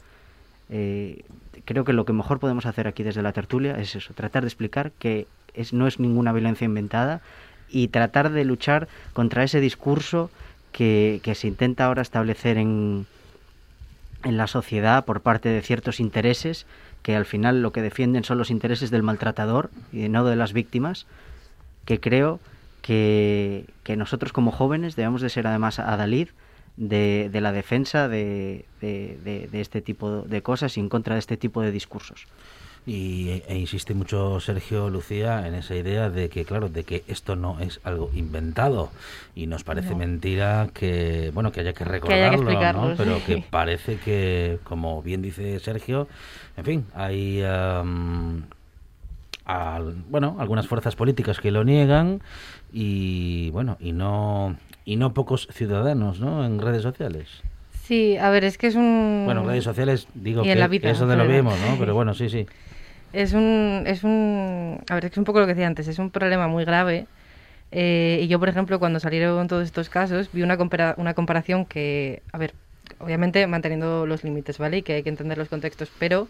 Eh, creo que lo que mejor podemos hacer aquí desde la tertulia es eso, tratar de explicar que es, no es ninguna violencia inventada y tratar de luchar contra ese discurso que, que se intenta ahora establecer en, en la sociedad por parte de ciertos intereses que al final lo que defienden son los intereses del maltratador y no de las víctimas, que creo que, que nosotros como jóvenes debemos de ser además adalid de, de la defensa de, de, de, de este tipo de cosas y en contra de este tipo de discursos. Y e insiste mucho Sergio, Lucía, en esa idea de que, claro, de que esto no es algo inventado y nos parece no. mentira que, bueno, que haya que recordarlo, que haya que ¿no? Pero sí. que parece que, como bien dice Sergio, en fin, hay um, al, bueno, algunas fuerzas políticas que lo niegan y, bueno, y no y no pocos ciudadanos, ¿no?, en redes sociales. Sí, a ver, es que es un... Bueno, en redes sociales digo que, vida, que es donde lo vemos, ¿no? Pero bueno, sí, sí. Es un, es un... A ver, es un poco lo que decía antes, es un problema muy grave. Eh, y yo, por ejemplo, cuando salieron todos estos casos, vi una, compara- una comparación que, a ver, obviamente manteniendo los límites, ¿vale? Y que hay que entender los contextos, pero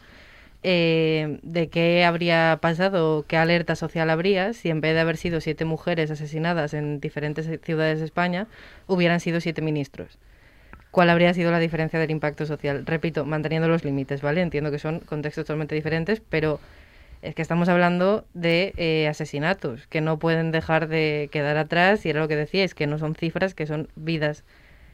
eh, de qué habría pasado, qué alerta social habría si en vez de haber sido siete mujeres asesinadas en diferentes ciudades de España, hubieran sido siete ministros. ¿Cuál habría sido la diferencia del impacto social? Repito, manteniendo los límites, ¿vale? Entiendo que son contextos totalmente diferentes, pero es que estamos hablando de eh, asesinatos que no pueden dejar de quedar atrás, y era lo que decíais, que no son cifras, que son vidas,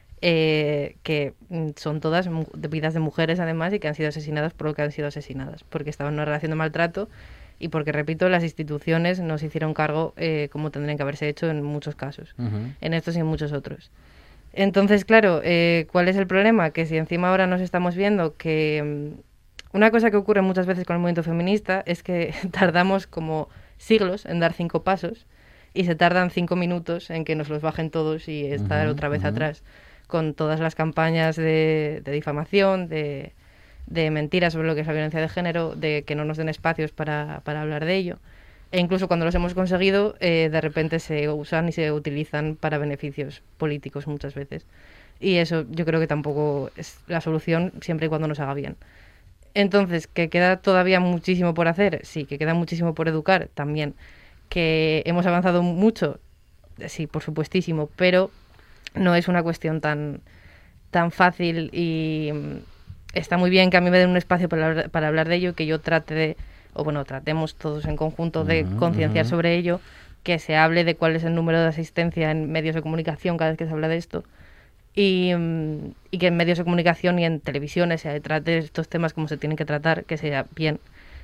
eh, que son todas mu- vidas de mujeres además y que han sido asesinadas por lo que han sido asesinadas, porque estaban en una relación de maltrato y porque, repito, las instituciones no se hicieron cargo eh, como tendrían que haberse hecho en muchos casos, uh-huh. en estos y en muchos otros. Entonces, claro, eh, ¿cuál es el problema? Que si encima ahora nos estamos viendo que... Una cosa que ocurre muchas veces con el movimiento feminista es que tardamos como siglos en dar cinco pasos y se tardan cinco minutos en que nos los bajen todos y estar uh-huh, otra vez uh-huh. atrás, con todas las campañas de, de difamación, de, de mentiras sobre lo que es la violencia de género, de que no nos den espacios para, para hablar de ello. E incluso cuando los hemos conseguido, eh, de repente se usan y se utilizan para beneficios políticos muchas veces. Y eso yo creo que tampoco es la solución siempre y cuando nos haga bien. Entonces, ¿que queda todavía muchísimo por hacer? Sí, que queda muchísimo por educar también. ¿Que hemos avanzado mucho? Sí, por supuestísimo, pero no es una cuestión tan, tan fácil y está muy bien que a mí me den un espacio para, para hablar de ello, que yo trate de... o bueno, tratemos todos en conjunto de uh-huh, concienciar uh-huh. sobre ello, que se hable de cuál es el número de asistencia en medios de comunicación cada vez que se habla de esto, y, y que en medios de comunicación y en televisiones se trate estos temas como se tienen que tratar, que sea bien.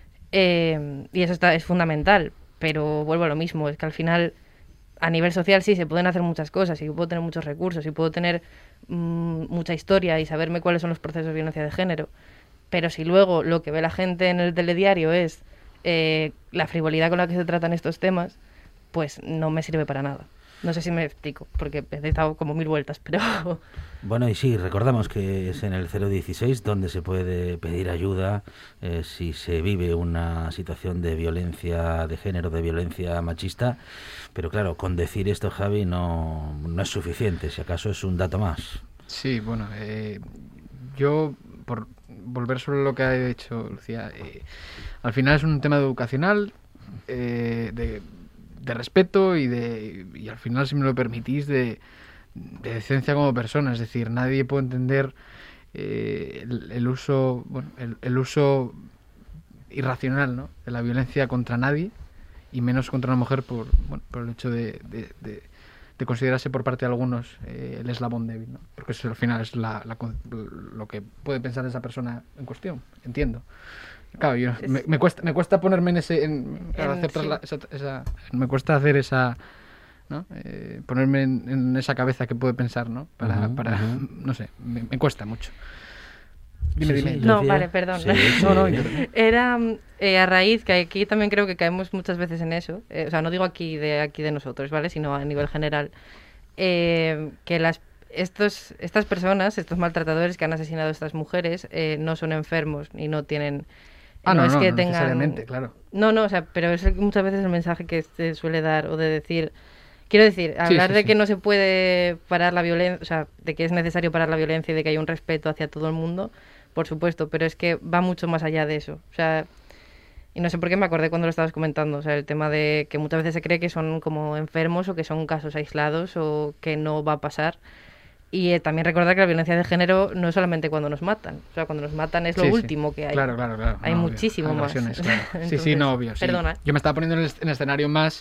Eh, y eso está, es fundamental, pero vuelvo a lo mismo, es que al final, a nivel social sí, se pueden hacer muchas cosas, y yo puedo tener muchos recursos, y puedo tener mmm, mucha historia y saberme cuáles son los procesos de violencia de género, pero si luego lo que ve la gente en el telediario es eh, la frivolidad con la que se tratan estos temas, pues no me sirve para nada. No sé si me explico, porque he dado como mil vueltas, pero... Bueno, y sí, recordamos que es en el cero dieciséis donde se puede pedir ayuda eh, si se vive una situación de violencia de género, de violencia machista, pero claro, con decir esto, Javi, no, no es suficiente, si acaso es un dato más. Sí, bueno, eh, yo, por volver sobre lo que ha dicho Lucía, eh, al final es un tema educacional, eh, de... de respeto y de y al final, si me lo permitís, de, de decencia como persona. Es decir, nadie puede entender eh, el, el uso bueno, el, el uso irracional, ¿no?, de la violencia contra nadie, y menos contra una mujer por bueno, por el hecho de, de, de, de considerarse por parte de algunos eh, el eslabón débil, ¿no? Porque eso al final es la, la, lo que puede pensar esa persona en cuestión, entiendo. Claro, yo, me, me cuesta me cuesta ponerme en ese en, claro, en, aceptar sí. la, esa, esa me cuesta hacer esa, ¿no? Eh, ponerme en, en esa cabeza que puede pensar, ¿no? Para, uh-huh, para uh-huh. no sé, me, me cuesta mucho. Dime, sí, dime. Sí, no, vale, perdón. Sí, sí. no, no, yo... Era eh, a raíz, que aquí también creo que caemos muchas veces en eso, eh, o sea, no digo aquí de aquí de nosotros, ¿vale?, sino a nivel general, eh, que las estos estas personas, estos maltratadores que han asesinado a estas mujeres, eh, no son enfermos y no tienen... Ah, no, no es no, que no tengan... necesariamente, claro. No, no, o sea, pero es muchas veces el mensaje que se suele dar, o de decir... Quiero decir, hablar sí, sí, de sí. que no se puede parar la violencia, o sea, de que es necesario parar la violencia y de que hay un respeto hacia todo el mundo, por supuesto, pero es que va mucho más allá de eso. O sea, y no sé por qué me acordé cuando lo estabas comentando, o sea, el tema de que muchas veces se cree que son como enfermos o que son casos aislados o que no va a pasar. Y eh, también recordar que la violencia de género no es solamente cuando nos matan. O sea, cuando nos matan es lo sí, último sí. que hay. Claro, claro, claro. Hay no, muchísimo obvio. más. Claro. Entonces, sí, sí, no, obvio. Sí. Perdona. Yo me estaba poniendo en el, en el escenario más,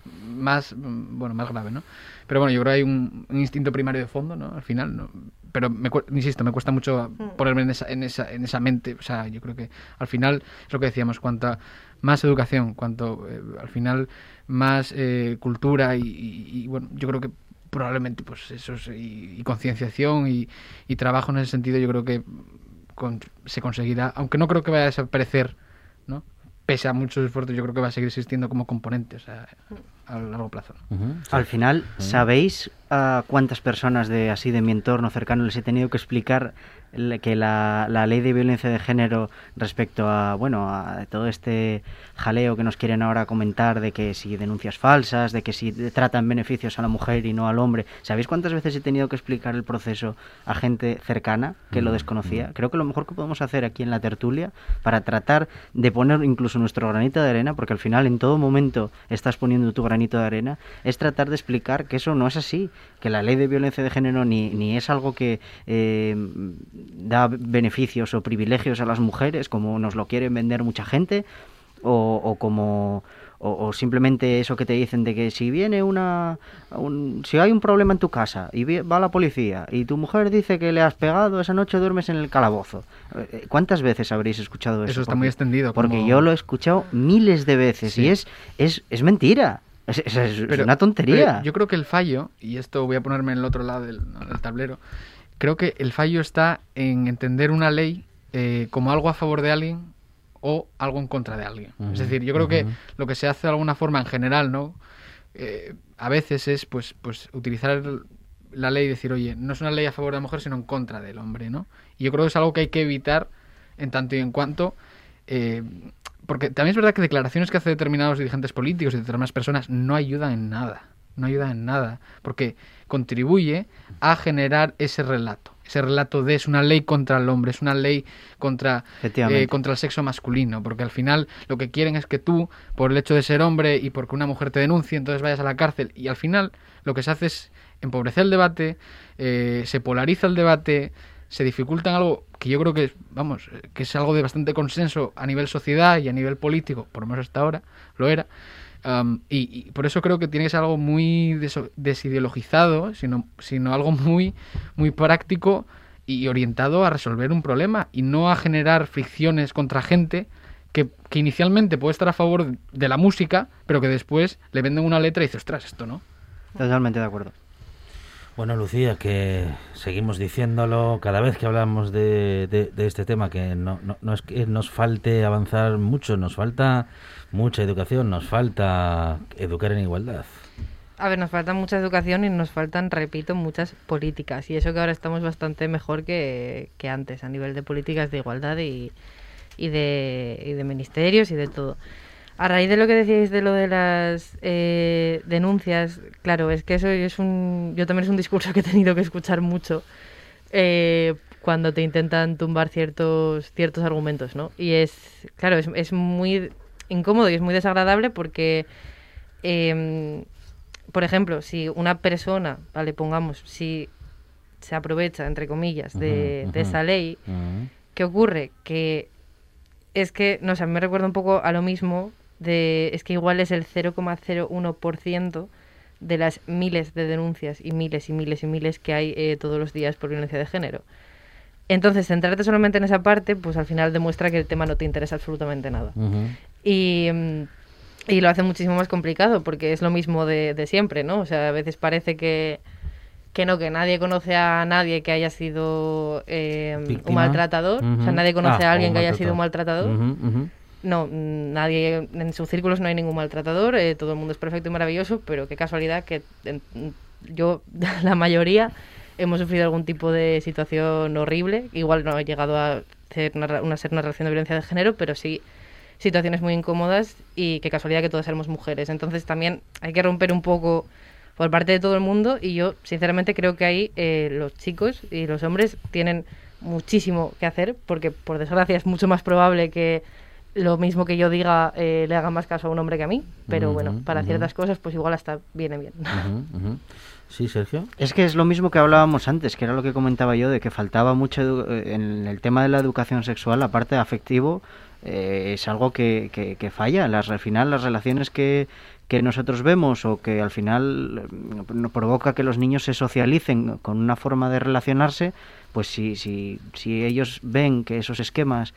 más, bueno, más grave, ¿no? Pero bueno, yo creo que hay un, un instinto primario de fondo, ¿no? Al final, ¿no? Pero, me, insisto, me cuesta mucho ponerme en esa, en, esa, en esa mente. O sea, yo creo que al final es lo que decíamos, cuanta más educación, cuanto eh, al final más eh, cultura y, y, y, bueno, yo creo que probablemente pues eso y, y concienciación y, y trabajo en ese sentido, yo creo que con, se conseguirá, aunque no creo que vaya a desaparecer, ¿no?, pese a muchos esfuerzos, yo creo que va a seguir existiendo como componente, o sea, a largo plazo, ¿no? Uh-huh. Al final, uh-huh. ¿sabéis a cuántas personas de así de mi entorno cercano les he tenido que explicar que la, la ley de violencia de género respecto a, bueno, a todo este jaleo que nos quieren ahora comentar de que si denuncias falsas, de que si tratan beneficios a la mujer y no al hombre? ¿Sabéis cuántas veces he tenido que explicar el proceso a gente cercana que lo desconocía? Creo que lo mejor que podemos hacer aquí en la tertulia, para tratar de poner incluso nuestro granito de arena, porque al final en todo momento estás poniendo tu granito de arena, es tratar de explicar que eso no es así, que la ley de violencia de género ni, ni es algo que eh, da beneficios o privilegios a las mujeres como nos lo quieren vender mucha gente, o, o como o, o simplemente eso que te dicen de que si viene una un, si hay un problema en tu casa y va la policía y tu mujer dice que le has pegado esa noche, duermes en el calabozo. ¿Cuántas veces habréis escuchado eso? Eso está porque, muy extendido. Porque como... yo lo he escuchado miles de veces, sí. y es, es, es mentira. Es, es, es pero, una tontería. Yo creo que el fallo, y esto voy a ponerme en el otro lado del, del tablero, creo que el fallo está en entender una ley eh, como algo a favor de alguien o algo en contra de alguien. Uh-huh, es decir, yo creo uh-huh. que lo que se hace de alguna forma en general, ¿no? Eh, a veces es pues, pues utilizar la ley y decir, oye, no es una ley a favor de la mujer, sino en contra del hombre, ¿no? Y yo creo que es algo que hay que evitar en tanto y en cuanto... Eh, porque también es verdad que declaraciones que hacen determinados dirigentes políticos y determinadas personas no ayudan en nada. No ayudan en nada. Porque contribuye a generar ese relato. Ese relato de es una ley contra el hombre, es una ley contra, eh, contra el sexo masculino. Porque al final lo que quieren es que tú, por el hecho de ser hombre y porque una mujer te denuncie, entonces vayas a la cárcel. Y al final lo que se hace es empobrecer el debate, eh, se polariza el debate, se dificulta en algo que yo creo que, vamos, que es algo de bastante consenso a nivel sociedad y a nivel político, por lo menos hasta ahora, lo era. Um, y, y por eso creo que tiene que ser algo muy des- desideologizado, sino, sino algo muy, muy práctico y orientado a resolver un problema y no a generar fricciones contra gente que, que inicialmente puede estar a favor de la música, pero que después le venden una letra y dice, ostras, esto no. Totalmente de acuerdo. Bueno, Lucía, que seguimos diciéndolo cada vez que hablamos de, de, de este tema, que no, no, no es que nos falte avanzar mucho, nos falta mucha educación, nos falta educar en igualdad. A ver, nos falta mucha educación y nos faltan, repito, muchas políticas. Y eso que ahora estamos bastante mejor que, que antes, a nivel de políticas de igualdad y, y, de, y de ministerios y de todo. A raíz de lo que decíais de lo de las eh, denuncias, claro, es que eso es un... Yo también es un discurso que he tenido que escuchar mucho eh, cuando te intentan tumbar ciertos ciertos argumentos, ¿no? Y es, claro, es, es muy incómodo y es muy desagradable porque, eh, por ejemplo, si una persona, vale, pongamos, si se aprovecha, entre comillas, de, uh-huh, uh-huh, de esa ley, uh-huh. ¿Qué ocurre? Que es que, no sé, a mí me recuerda un poco a lo mismo de, es que igual es el cero coma cero uno por ciento de las miles de denuncias y miles y miles y miles que hay eh, todos los días por violencia de género. Entonces, centrarte solamente en esa parte, pues al final demuestra que el tema no te interesa absolutamente nada. Uh-huh. Y, y lo hace muchísimo más complicado, porque es lo mismo de, de siempre, ¿no? O sea, a veces parece que, que no, que nadie conoce a nadie que haya sido eh, un maltratador. Uh-huh. O sea, nadie conoce ah, a alguien que haya sido un maltratador. Uh-huh, uh-huh. No, nadie, en sus círculos no hay ningún maltratador, eh, todo el mundo es perfecto y maravilloso, pero qué casualidad que en, yo, la mayoría, hemos sufrido algún tipo de situación horrible. Igual no ha llegado a ser una, una, ser una relación de violencia de género, pero sí situaciones muy incómodas y qué casualidad que todas éramos mujeres. Entonces también hay que romper un poco por parte de todo el mundo y yo sinceramente creo que ahí eh, los chicos y los hombres tienen muchísimo que hacer porque por desgracia es mucho más probable que lo mismo que yo diga eh, le haga más caso a un hombre que a mí, pero uh-huh, bueno, para uh-huh. ciertas cosas pues igual hasta viene bien. Uh-huh, uh-huh. Sí, Sergio. Es que es lo mismo que hablábamos antes, que era lo que comentaba yo, de que faltaba mucho edu- en el tema de la educación sexual, la parte de afectivo eh, es algo que, que, que falla. Las, al final las relaciones que, que nosotros vemos o que al final nos provoca que los niños se socialicen con una forma de relacionarse, pues si, si, si ellos ven que esos esquemas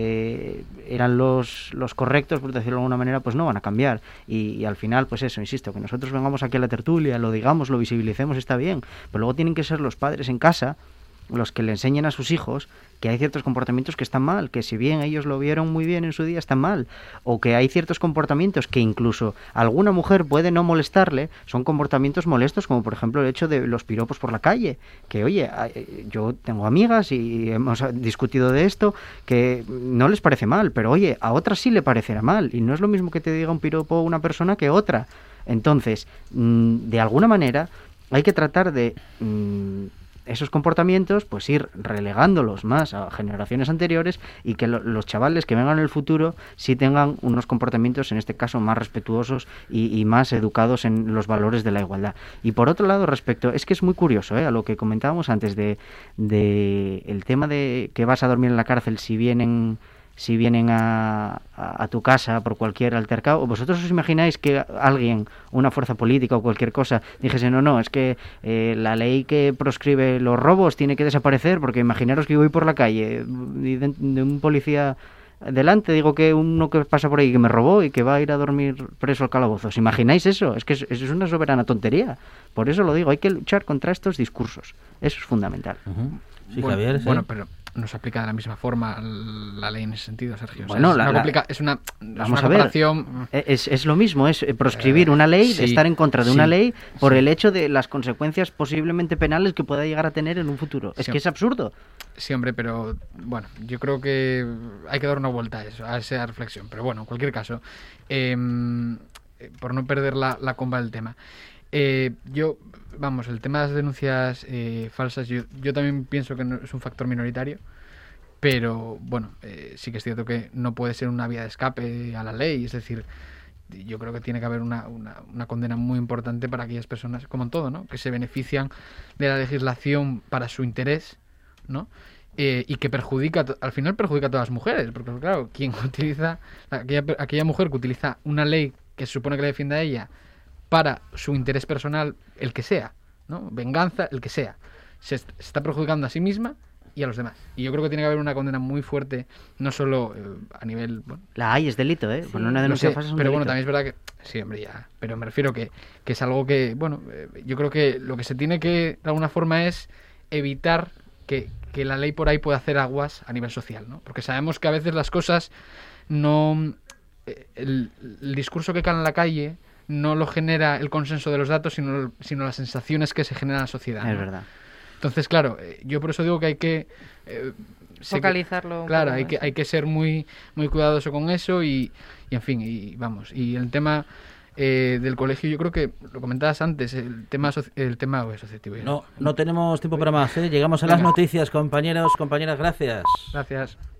Eh, eran los, los correctos, por decirlo de alguna manera, pues no van a cambiar y, y al final, pues eso, insisto, que nosotros vengamos aquí a la tertulia, lo digamos, lo visibilicemos, está bien, pero luego tienen que ser los padres en casa los que le enseñen a sus hijos que hay ciertos comportamientos que están mal, que si bien ellos lo vieron muy bien en su día, están mal, o que hay ciertos comportamientos que incluso a alguna mujer puede no molestarle, son comportamientos molestos, como por ejemplo el hecho de los piropos por la calle, que oye, yo tengo amigas y hemos discutido de esto, que no les parece mal, pero oye, a otras sí le parecerá mal, y no es lo mismo que te diga un piropo una persona que otra. Entonces, de alguna manera, hay que tratar de Mmm, esos comportamientos, pues ir relegándolos más a generaciones anteriores y que lo, los chavales que vengan en el futuro sí tengan unos comportamientos, en este caso, más respetuosos y, y más educados en los valores de la igualdad. Y por otro lado, respecto, es que es muy curioso, ¿eh? A lo que comentábamos antes de, de el tema de que vas a dormir en la cárcel si vienen... si vienen a, a, a tu casa por cualquier altercado, ¿vosotros os imagináis que alguien, una fuerza política o cualquier cosa, dijese, no, no, es que eh, la ley que proscribe los robos tiene que desaparecer, porque imaginaros que yo voy por la calle y de, de un policía delante, digo que uno que pasa por ahí que me robó y que va a ir a dormir preso al calabozo? ¿Os imagináis eso? Es que eso es una soberana tontería. Por eso lo digo, hay que luchar contra estos discursos. Eso es fundamental. Uh-huh. Sí, bueno, Javier, ¿sí? Bueno, pero no se aplica de la misma forma la ley en ese sentido, Sergio. Bueno, o sea, es, la, una es una, es vamos una a ver, comparación... es, es lo mismo, es proscribir una ley, sí, estar en contra de sí, una ley por sí. el hecho de las consecuencias posiblemente penales que pueda llegar a tener en un futuro. Es sí, que es absurdo. Sí, hombre, pero bueno, yo creo que hay que dar una vuelta a eso, a esa reflexión. Pero bueno, en cualquier caso, eh, por no perder la, la comba del tema, eh, yo... Vamos, el tema de las denuncias eh, falsas, yo, yo también pienso que no es un factor minoritario, pero bueno, eh, sí que es cierto que no puede ser una vía de escape a la ley, es decir, yo creo que tiene que haber una, una, una condena muy importante para aquellas personas, como en todo, ¿no?, que se benefician de la legislación para su interés, ¿no?, eh, y que perjudica, al final perjudica a todas las mujeres, porque claro, quien utiliza, aquella, aquella mujer que utiliza una ley que se supone que le defiende a ella, para su interés personal, el que sea, ¿no?, venganza, el que sea, se, est- se está perjudicando a sí misma y a los demás. Y yo creo que tiene que haber una condena muy fuerte, no solo eh, a nivel... Bueno, la hay, es delito, ¿eh? Sí, bueno, una denuncia sé, falsa es un pero delito. bueno, también es verdad que... Sí, hombre, ya. Pero me refiero que, que es algo que, bueno, eh, yo creo que lo que se tiene que, de alguna forma, es evitar que, que la ley por ahí pueda hacer aguas a nivel social, ¿no? Porque sabemos que a veces las cosas no... Eh, el, el discurso que cae en la calle no lo genera el consenso de los datos, sino, sino las sensaciones que se generan en la sociedad, ¿no? Es verdad. Entonces, claro, yo por eso digo que hay que... Eh, focalizarlo. Que, claro, hay que, hay que ser muy muy cuidadoso con eso y, y en fin, y vamos. Y el tema eh, del colegio, yo creo que lo comentabas antes, el tema el tema oh, asociativo. No, no tenemos tiempo para más, ¿eh? Llegamos a las noticias, compañeros, compañeras, gracias. Gracias.